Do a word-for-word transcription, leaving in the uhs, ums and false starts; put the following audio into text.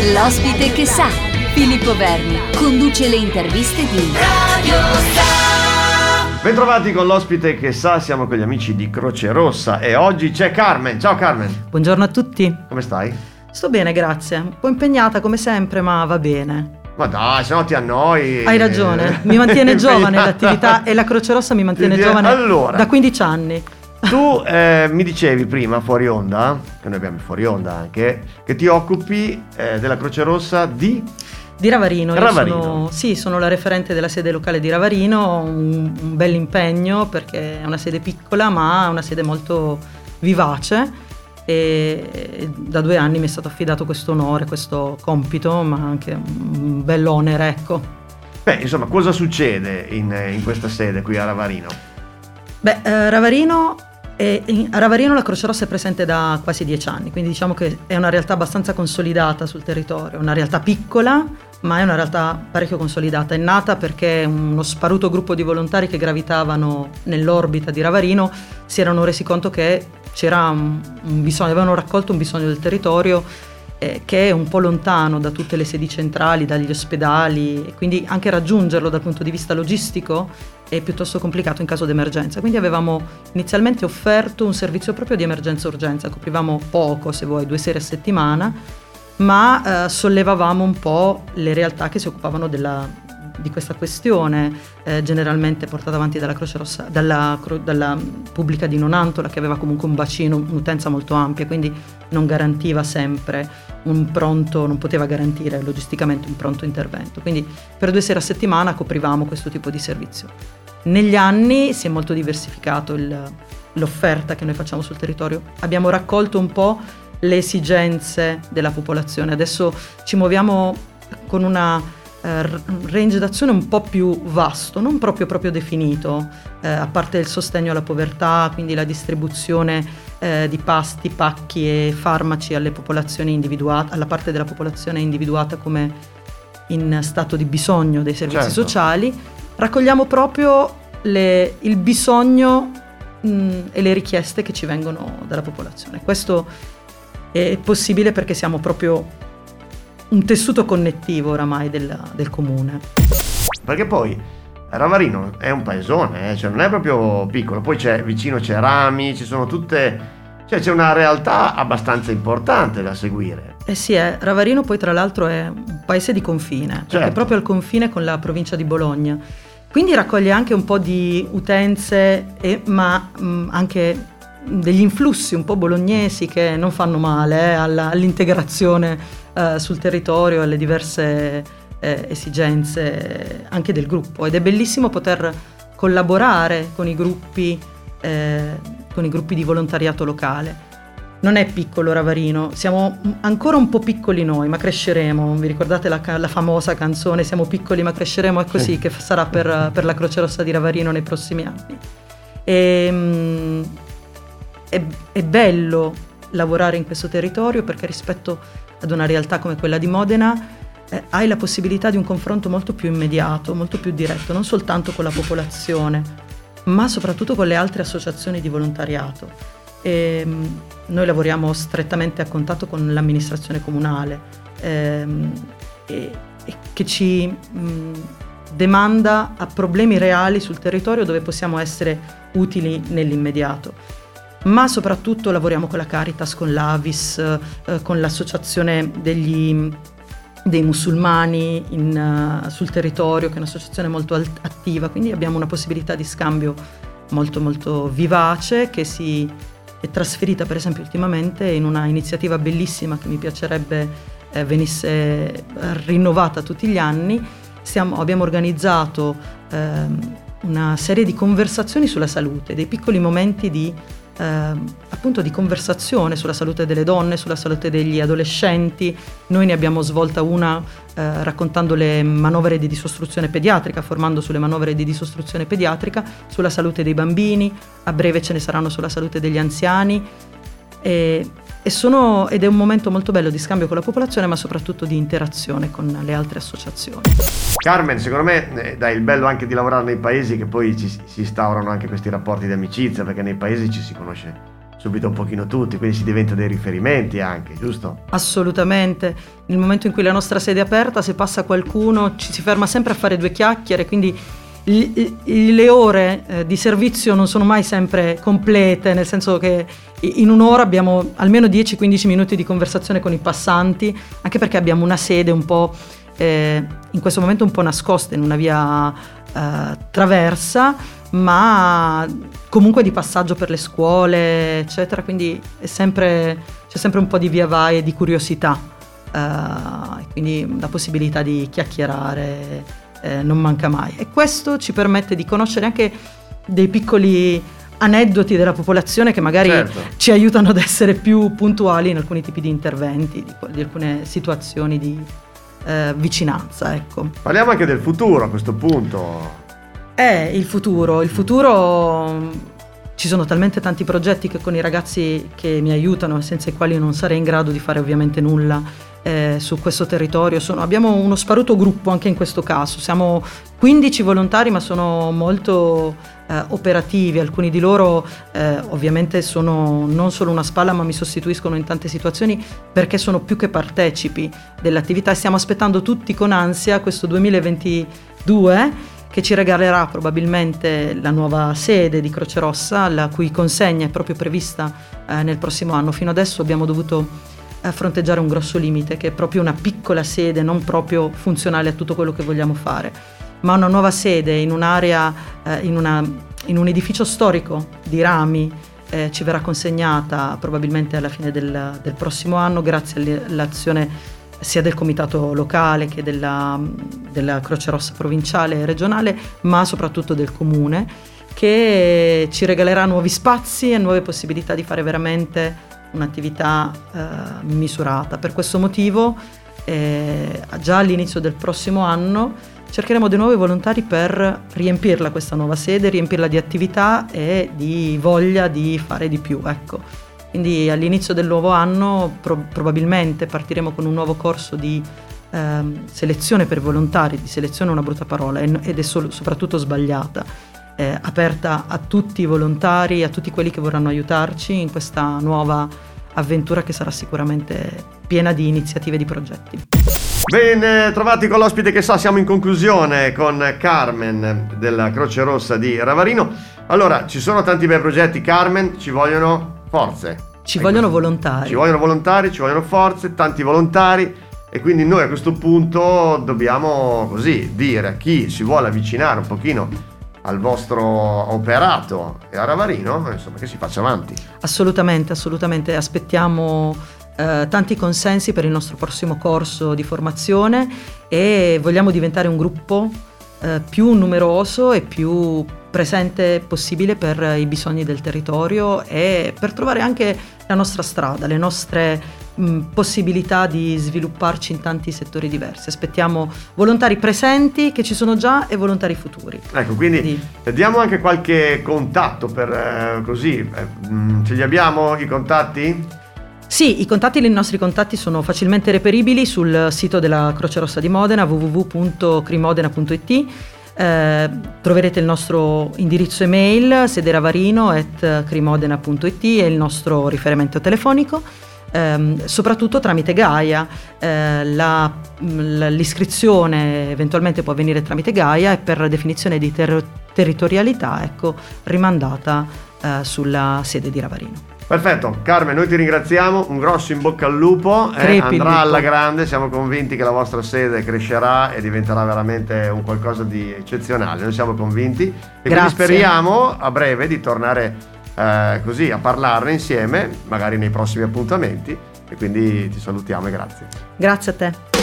L'ospite che sa. Filippo Verni conduce le interviste di Radio Star. Bentrovati con l'ospite che sa, siamo con gli amici di Croce Rossa e oggi c'è Carmen. Ciao Carmen. Buongiorno a tutti. Come stai? Sto bene, grazie. Un po' impegnata come sempre, ma va bene. Ma dai, se no ti annoi. Hai ragione, mi mantiene giovane l'attività e la Croce Rossa mi mantiene giovane allora, da quindici anni. Tu eh, mi dicevi prima, fuori onda, che noi abbiamo fuori onda anche, che ti occupi eh, della Croce Rossa di... Di Ravarino. Ravarino. Io sono, sì, sono la referente della sede locale di Ravarino, un, un bel impegno perché è una sede piccola ma è una sede molto vivace e da due anni mi è stato affidato questo onore, questo compito, ma anche un bell'onere, ecco. Beh, insomma, cosa succede in, in questa sede qui a Ravarino? Beh, eh, Ravarino... E a Ravarino la Croce Rossa è presente da quasi dieci anni, quindi diciamo che è una realtà abbastanza consolidata sul territorio, una realtà piccola ma è una realtà parecchio consolidata. È nata perché uno sparuto gruppo di volontari che gravitavano nell'orbita di Ravarino si erano resi conto che c'era un, un bisogno, avevano raccolto un bisogno del territorio eh, che è un po' lontano da tutte le sedi centrali, dagli ospedali, e quindi anche raggiungerlo dal punto di vista logistico è piuttosto complicato in caso di emergenza. Quindi avevamo inizialmente offerto un servizio proprio di emergenza-urgenza, coprivamo poco, se vuoi, due sere a settimana, ma eh, sollevavamo un po' le realtà che si occupavano della, di questa questione, eh, generalmente portata avanti dalla Croce Rossa, dalla, dalla pubblica di Nonantola, che aveva comunque un bacino, un'utenza molto ampia, quindi non garantiva sempre un pronto, non poteva garantire logisticamente un pronto intervento. Quindi per due sere a settimana coprivamo questo tipo di servizio. Negli anni si è molto diversificato il, l'offerta che noi facciamo sul territorio. Abbiamo raccolto un po' le esigenze della popolazione. Adesso ci muoviamo con una eh, range d'azione un po' più vasto, non proprio, proprio definito, eh, a parte il sostegno alla povertà, quindi la distribuzione eh, di pasti, pacchi e farmaci alle popolazioni individuate, alla parte della popolazione individuata come in stato di bisogno dei servizi certo. sociali. Raccogliamo proprio le, il bisogno mh, e le richieste che ci vengono dalla popolazione. Questo è possibile perché siamo proprio un tessuto connettivo oramai del, del comune. Perché poi Ravarino è un paesone, eh? Cioè non è proprio piccolo, poi c'è vicino c'è Rami, ci sono tutte, cioè c'è una realtà abbastanza importante da seguire. Eh sì, eh, Ravarino poi tra l'altro è un paese di confine, certo. Perché è proprio al confine con la provincia di Bologna, quindi raccoglie anche un po' di utenze, e, ma mh, anche degli influssi un po' bolognesi che non fanno male eh, alla, all'integrazione eh, sul territorio, alle diverse eh, esigenze anche del gruppo, ed è bellissimo poter collaborare con i gruppi, eh, con i gruppi di volontariato locale. Non è piccolo Ravarino, siamo ancora un po' piccoli noi, ma cresceremo. Vi ricordate la, la famosa canzone "Siamo piccoli ma cresceremo"? È così che sarà per, per la Croce Rossa di Ravarino nei prossimi anni. E, è, è bello lavorare in questo territorio perché rispetto ad una realtà come quella di Modena eh, hai la possibilità di un confronto molto più immediato, molto più diretto, non soltanto con la popolazione, ma soprattutto con le altre associazioni di volontariato. E noi lavoriamo strettamente a contatto con l'amministrazione comunale ehm, e, e che ci mh, demanda a problemi reali sul territorio dove possiamo essere utili nell'immediato. Ma soprattutto lavoriamo con la Caritas, con l'Avis, eh, con l'associazione degli, dei musulmani in, uh, sul territorio, che è un'associazione molto alt- attiva, quindi abbiamo una possibilità di scambio molto molto vivace che si è trasferita per esempio ultimamente in una iniziativa bellissima che mi piacerebbe eh, venisse eh, rinnovata tutti gli anni. Stiamo, abbiamo organizzato eh, una serie di conversazioni sulla salute, dei piccoli momenti di eh, appunto di conversazione sulla salute delle donne, sulla salute degli adolescenti. Noi ne abbiamo svolta una eh, raccontando le manovre di disostruzione pediatrica, formando sulle manovre di disostruzione pediatrica, sulla salute dei bambini, a breve ce ne saranno sulla salute degli anziani e, e sono, ed è un momento molto bello di scambio con la popolazione, ma soprattutto di interazione con le altre associazioni. Carmen, secondo me eh, dai, il bello anche di lavorare nei paesi che poi ci, si instaurano anche questi rapporti di amicizia, perché nei paesi ci si conosce subito un pochino tutti, quindi si diventa dei riferimenti anche, giusto? Assolutamente. Nel momento in cui la nostra sede è aperta, se passa qualcuno ci si ferma sempre a fare due chiacchiere, quindi le ore eh, di servizio non sono mai sempre complete, nel senso che in un'ora abbiamo almeno dieci quindici minuti di conversazione con i passanti, anche perché abbiamo una sede un po' eh, in questo momento un po' nascosta in una via eh, traversa, ma comunque di passaggio per le scuole eccetera, quindi è sempre, c'è sempre un po' di via vai e di curiosità, eh, quindi la possibilità di chiacchierare Eh, non manca mai, e questo ci permette di conoscere anche dei piccoli aneddoti della popolazione che magari certo. ci aiutano ad essere più puntuali in alcuni tipi di interventi, di, di alcune situazioni di eh, vicinanza, ecco. Parliamo anche del futuro a questo punto. È il futuro, il futuro ci sono talmente tanti progetti che con i ragazzi che mi aiutano e senza i quali non sarei in grado di fare ovviamente nulla Eh, su questo territorio. Sono, abbiamo uno sparuto gruppo anche in questo caso, siamo quindici volontari ma sono molto eh, operativi, alcuni di loro eh, ovviamente sono non solo una spalla ma mi sostituiscono in tante situazioni perché sono più che partecipi dell'attività e stiamo aspettando tutti con ansia questo duemilaventidue che ci regalerà probabilmente la nuova sede di Croce Rossa, la cui consegna è proprio prevista eh, nel prossimo anno. Fino adesso abbiamo dovuto a fronteggiare un grosso limite che è proprio una piccola sede non proprio funzionale a tutto quello che vogliamo fare, ma una nuova sede in un'area, eh, in, una, in un edificio storico di rami eh, ci verrà consegnata probabilmente alla fine del, del prossimo anno grazie all'azione sia del comitato locale che della, della Croce Rossa provinciale e regionale, ma soprattutto del comune, che ci regalerà nuovi spazi e nuove possibilità di fare veramente un'attività eh, misurata. Per questo motivo eh, già all'inizio del prossimo anno cercheremo dei nuovi volontari per riempirla questa nuova sede, riempirla di attività e di voglia di fare di più, ecco. Quindi all'inizio del nuovo anno pro- probabilmente partiremo con un nuovo corso di eh, selezione per volontari, di selezione è una brutta parola ed è solo, soprattutto sbagliata, Eh, aperta a tutti i volontari, a tutti quelli che vorranno aiutarci in questa nuova avventura che sarà sicuramente piena di iniziative e di progetti. Ben trovati con l'ospite che sa, siamo in conclusione con Carmen della Croce Rossa di Ravarino. Allora, ci sono tanti bei progetti, Carmen, ci vogliono forze. Ci vogliono volontari. Ci vogliono volontari, ci vogliono forze, tanti volontari. E quindi noi a questo punto dobbiamo così dire a chi si vuole avvicinare un pochino al vostro operato e a Ravarino, insomma, che si faccia avanti. Assolutamente, assolutamente. Aspettiamo eh, tanti consensi per il nostro prossimo corso di formazione e vogliamo diventare un gruppo eh, più numeroso e più presente possibile per i bisogni del territorio e per trovare anche la nostra strada, le nostre mh, possibilità di svilupparci in tanti settori diversi. Aspettiamo volontari presenti che ci sono già e volontari futuri. Ecco, quindi, quindi diamo anche qualche contatto per eh, così, eh, mh, ce li abbiamo i contatti? Sì, i contatti, i nostri contatti sono facilmente reperibili sul sito della Croce Rossa di Modena, w w w punto crimodena punto i t. Eh, troverete il nostro indirizzo email sederavarino at crimodena punto i t e il nostro riferimento telefonico, eh, soprattutto tramite Gaia. Eh, la, l'iscrizione eventualmente può avvenire tramite Gaia e per definizione di ter- territorialità ecco, rimandata eh, sulla sede di Ravarino. Perfetto, Carmen, noi ti ringraziamo, un grosso in bocca al lupo, eh, andrà alla grande, siamo convinti che la vostra sede crescerà e diventerà veramente un qualcosa di eccezionale, noi siamo convinti e Grazie. quindi speriamo a breve di tornare eh, così a parlarne insieme, magari nei prossimi appuntamenti, e quindi ti salutiamo e grazie. Grazie a te.